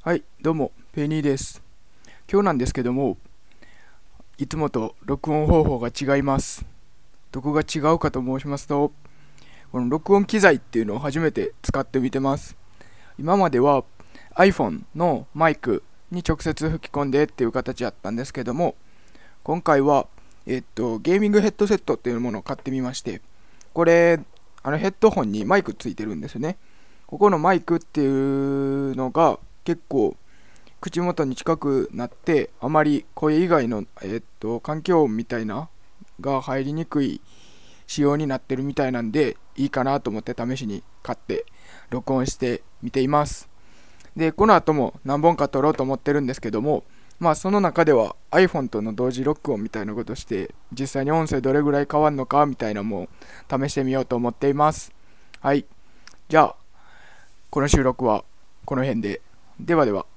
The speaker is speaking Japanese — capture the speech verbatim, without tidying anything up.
はい、どうも、ペニーです。今日なんですけども、いつもと録音方法が違います。どこが違うかと申しますと、この録音機材っていうのを初めて使ってみてます。今までは iPhone のマイクに直接吹き込んでっていう形だったんですけども、今回は、えっと、ゲーミングヘッドセットっていうものを買ってみまして、これ、あのヘッドホンにマイクついてるんですね。ここのマイクっていうのが結構口元に近くなってあまり声以外の、えーっと環境音みたいなが入りにくい仕様になってるみたいなんでいいかなと思って試しに買って録音してみています。でこの後も何本か撮ろうと思ってるんですけども、まあその中では iPhone との同時録音みたいなことして実際に音声どれぐらい変わるのかみたいなのも試してみようと思っています。はい、じゃあこの収録はこの辺で。ではでは。